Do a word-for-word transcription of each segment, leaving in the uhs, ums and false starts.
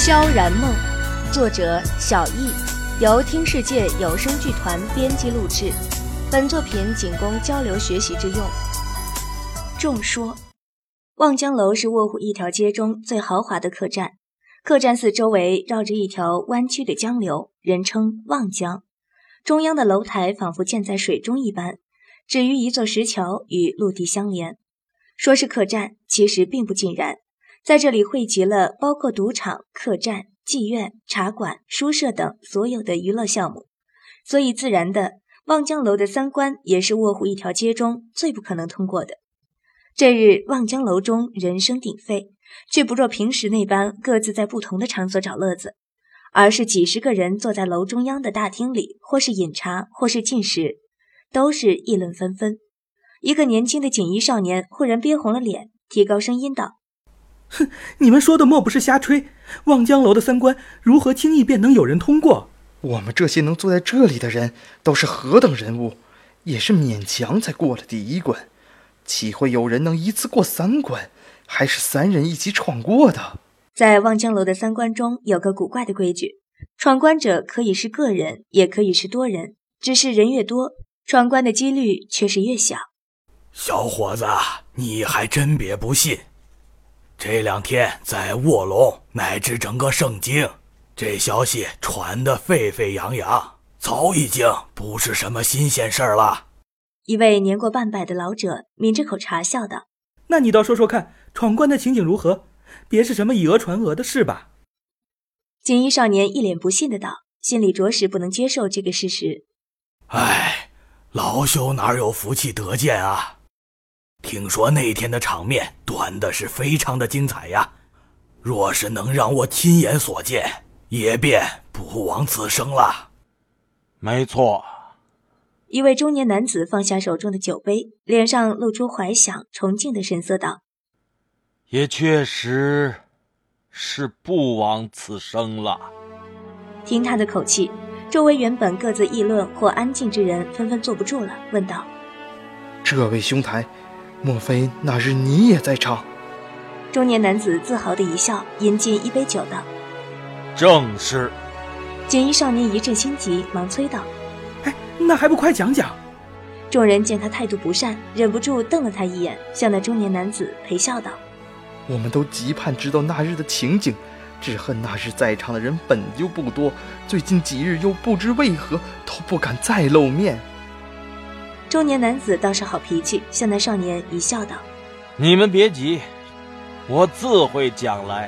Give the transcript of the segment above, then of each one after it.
萧然梦，作者小易，由听世界有声剧团编辑录制。本作品仅供交流学习之用。众说，望江楼是卧虎一条街中最豪华的客栈，客栈四周围绕着一条弯曲的江流，人称望江。中央的楼台仿佛建在水中一般，止于一座石桥，与陆地相连。说是客栈，其实并不尽然，在这里汇集了包括赌场、客栈、妓院、茶馆、书社等所有的娱乐项目，所以自然的，望江楼的三关也是卧虎一条街中最不可能通过的。这日望江楼中人声鼎沸，却不若平时那般各自在不同的场所找乐子，而是几十个人坐在楼中央的大厅里，或是饮茶，或是进食，都是议论纷纷。一个年轻的锦衣少年忽然憋红了脸，提高声音道： 哼，你们说的莫不是瞎吹？望江楼的三关如何轻易便能有人通过？ 我们这些能坐在这里的人都是何等人物，也是勉强才过了第一关，岂会有人能一次过三关，还是三人一起闯过的？ 在望江楼的三关中有个古怪的规矩，闯关者可以是个人，也可以是多人，只是人越多，闯关的几率却是越小。 小伙子，你还真别不信，这两天在卧龙乃至整个盛京，这消息传得沸沸扬扬，早已经不是什么新鲜事儿了。 一位年过半百的老者抿着口茶笑道： 那你倒说说看，闯关的情景如何？别是什么以讹传讹的事吧？ 锦衣少年一脸不信的道，心里着实不能接受这个事实。 唉，老朽哪有福气得见啊？听说那天的场面端的是非常的精彩呀，若是能让我亲眼所见，也便不枉此生了。 没错。 一位中年男子放下手中的酒杯，脸上露出怀想崇敬的神色道： 也确实是不枉此生了。 听他的口气，周围原本各自议论或安静之人纷纷坐不住了，问道： 这位兄台，莫非那日你也在场？ 中年男子自豪的一笑，饮尽一杯酒道： 正是。 锦衣少年一阵心急，忙催道： 哎，那还不快讲讲？ 众人见他态度不善，忍不住瞪了他一眼，向那中年男子陪笑道： 我们都急盼知道那日的情景，只恨那日在场的人本就不多，最近几日又不知为何都不敢再露面。 中年男子倒是好脾气，向那少年一笑道： 你们别急，我自会讲来。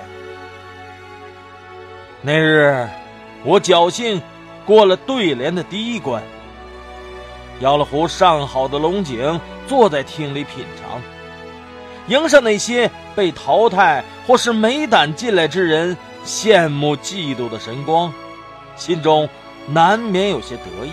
那日我侥幸过了对联的第一关，要了壶上好的龙井，坐在厅里品尝，迎上那些被淘汰或是没胆进来之人羡慕嫉妒的神光，心中难免有些得意。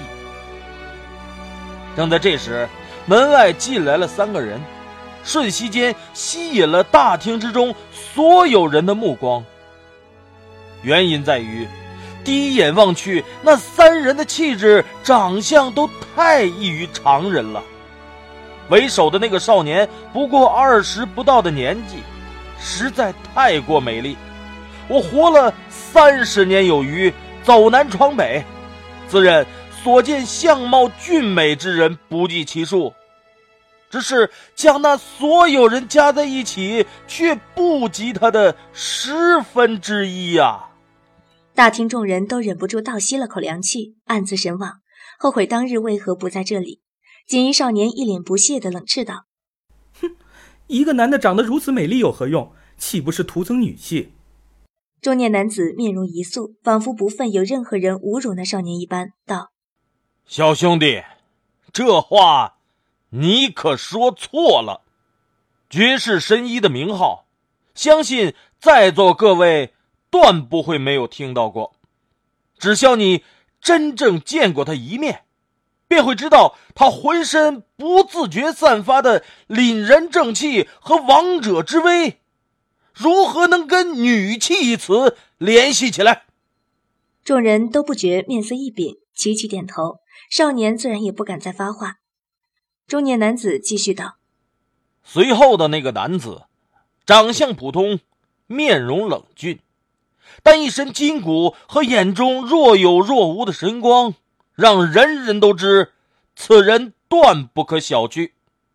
正在这时，门外进来了三个人，瞬息间吸引了大厅之中所有人的目光。原因在于，第一眼望去，那三人的气质、长相都太异于常人了。为首的那个少年不过二十不到的年纪，实在太过美丽。我活了三十年有余，走南闯北，自认所见相貌俊美之人不计其数，只是将那所有人加在一起，却不及他的十分之一啊！ 大厅众人都忍不住倒吸了口凉气，暗自神往，后悔当日为何不在这里。锦衣少年一脸不屑地冷斥道： 哼，一个男的长得如此美丽有何用？岂不是徒增女气？ 中年男子面容一肃，仿佛不忿有任何人侮辱那少年一般，道： 小兄弟，这话你可说错了。绝世神医的名号，相信在座各位断不会没有听到过。只需要你真正见过他一面，便会知道他浑身不自觉散发的凛然正气和王者之威，如何能跟女气一词联系起来？ 众人都不觉面色一屏，齐齐点头。少年自然也不敢再发话。中年男子继续道： 随后的那个男子长相普通，面容冷峻， 但一身筋骨和眼中若有若无的神光，让人人都知此人断不可小觑。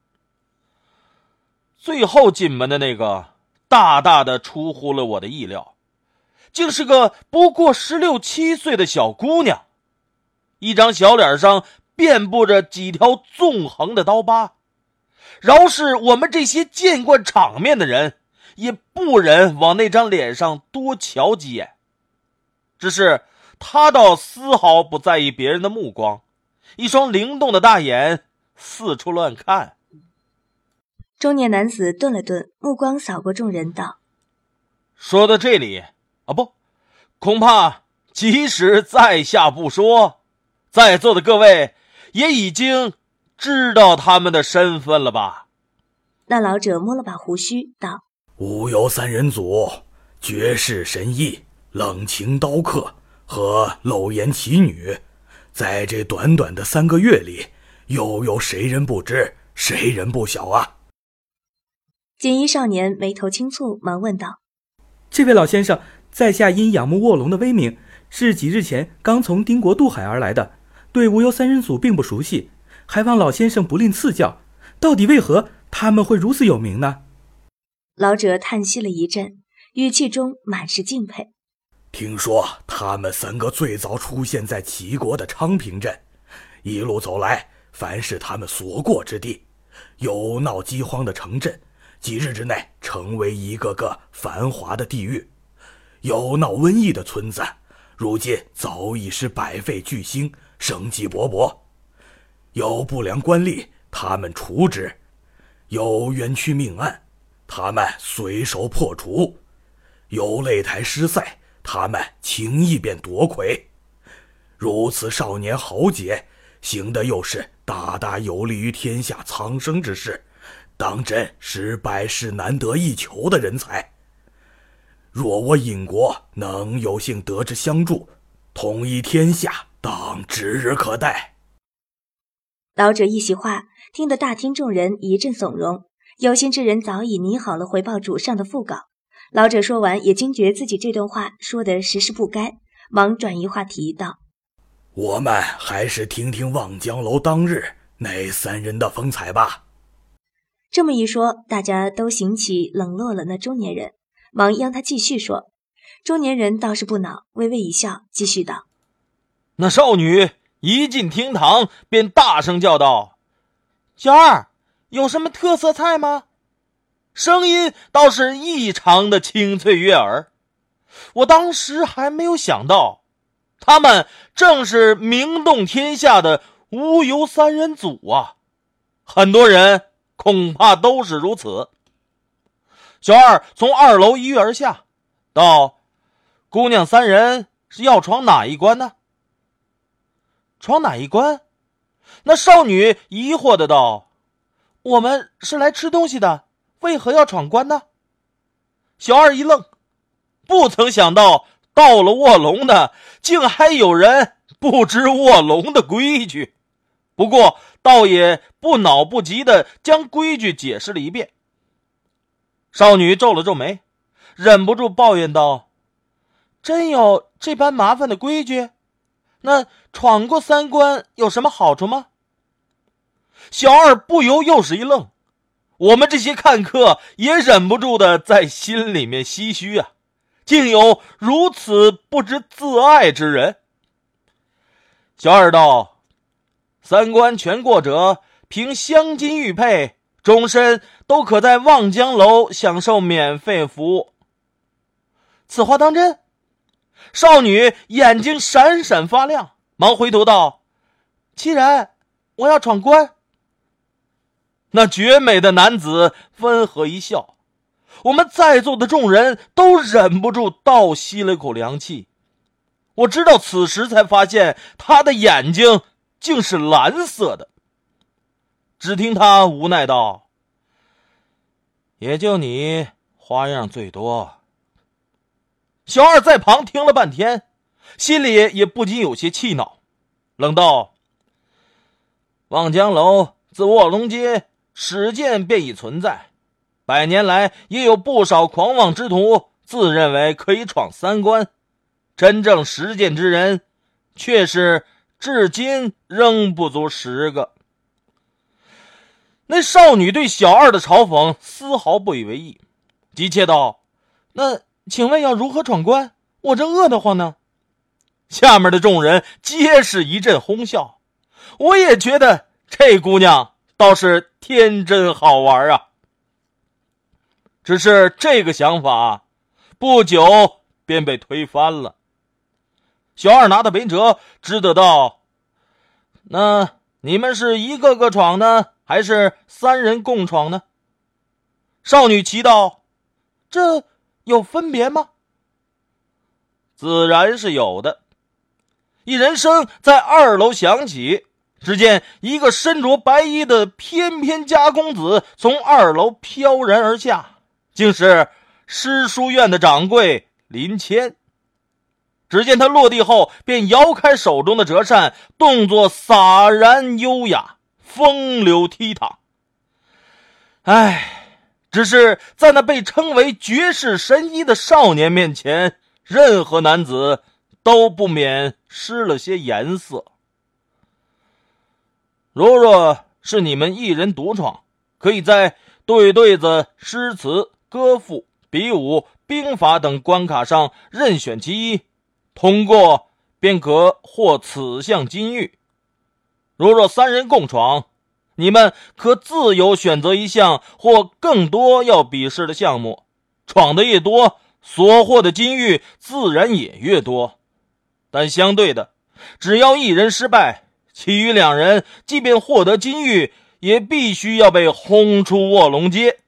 最后进门的那个大大的出乎了我的意料，竟是个不过十六七岁的小姑娘，一张小脸上遍布着几条纵横的刀疤，饶是我们这些见惯场面的人，也不忍往那张脸上多瞧几眼。只是她倒丝毫不在意别人的目光，一双灵动的大眼四处乱看。 中年男子顿了顿，目光扫过众人道： 说到这里啊，不，恐怕即使在下不说，在座的各位也已经知道他们的身份了吧？ 那老者摸了把胡须道： 无忧三人组，绝世神医，冷情刀客和漏言奇女，在这短短的三个月里，又有谁人不知，谁人不晓啊？ 锦衣少年眉头轻蹙，忙问道： 这位老先生，在下因仰慕卧龙的威名，是几日前刚从丁国渡海而来的，对无忧三人组并不熟悉，还望老先生不吝赐教，到底为何他们会如此有名呢？ 老者叹息了一阵，语气中满是敬佩。 听说他们三个最早出现在齐国的昌平镇，一路走来，凡是他们所过之地，有闹饥荒的城镇，几日之内成为一个个繁华的地狱；有闹瘟疫的村子，如今早已是百废俱兴，生机勃勃；有不良官吏，他们除之；有冤屈命案，他们随手破除；有擂台失赛，他们轻易便夺魁。如此少年豪杰，行的又是大大有利于天下苍生之事，当真是百世难得一求的人才。若我殷国能有幸得之相助，统一天下，当指日可待。 老者一席话，听得大厅众人一阵悚容，有心之人早已拟好了回报主上的讣稿。老者说完，也惊觉自己这段话说的实是不该，忙转移话题道： 我们还是听听望江楼当日那三人的风采吧。 这么一说，大家都醒起冷落了那中年人，忙央他继续说。中年人倒是不恼，微微一笑，继续道： 那少女一进厅堂便大声叫道：小二，有什么特色菜吗？声音倒是异常的清脆悦耳。我当时还没有想到，他们正是名动天下的无忧三人组啊，很多人恐怕都是如此。小二从二楼一跃而下，道：姑娘三人是要闯哪一关呢？闯哪一关？那少女疑惑的道：我们是来吃东西的，为何要闯关呢？小二一愣，不曾想到到了卧龙的，竟还有人不知卧龙的规矩。不过倒也不恼不急地将规矩解释了一遍。少女皱了皱眉，忍不住抱怨道：真有这般麻烦的规矩？那闯过三关有什么好处吗？小二不由又是一愣，我们这些看客也忍不住的在心里面唏嘘啊，竟有如此不知自爱之人。小二道：三关全过者，凭香金玉佩，终身都可在望江楼享受免费服务。此话当真？少女眼睛闪闪发亮，忙回头道：既然我要闯关。那绝美的男子温和一笑，我们在座的众人都忍不住倒吸了口凉气。我直到此时才发现，他的眼睛竟是蓝色的。只听他无奈道：也就你花样最多。小二在旁听了半天，心里也不禁有些气恼，冷道：望江楼自卧龙街始建便已存在，百年来也有不少狂妄之徒自认为可以闯三关，真正实践之人却是至今仍不足十个。那少女对小二的嘲讽丝毫不以为意，急切道：那请问要如何闯关？我正饿得慌呢。下面的众人皆是一阵哄笑，我也觉得这姑娘倒是天真好玩啊。只是这个想法不久便被推翻了。小二拿的没辙，只得道：那你们是一个个闯呢，还是三人共闯呢？少女奇道：这有分别吗？自然是有的。一人声在二楼响起，只见一个身着白衣的翩翩家公子从二楼飘然而下，竟是诗书院的掌柜林谦。只见他落地后便摇开手中的折扇，动作洒然优雅，风流倜傥。唉，只是在那被称为绝世神医的少年面前，任何男子都不免失了些颜色。如若是你们一人独闯，可以在对对子、诗词、歌赋、比武、兵法等关卡上任选其一，通过便可获此项金玉。如若三人共闯，你们可自由选择一项或更多要比试的项目，闯得越多，所获的金玉自然也越多。但相对的，只要一人失败，其余两人即便获得金玉，也必须要被轰出卧龙街。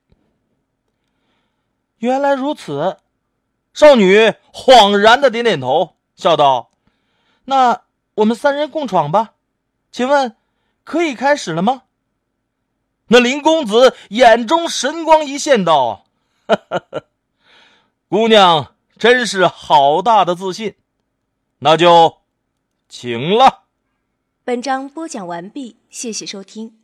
原来如此。少女恍然的点点头，笑道：那我们三人共闯吧，请问可以开始了吗？那林公子眼中神光一现道：呵呵呵，姑娘真是好大的自信，那就请了。 本章播讲完毕，谢谢收听。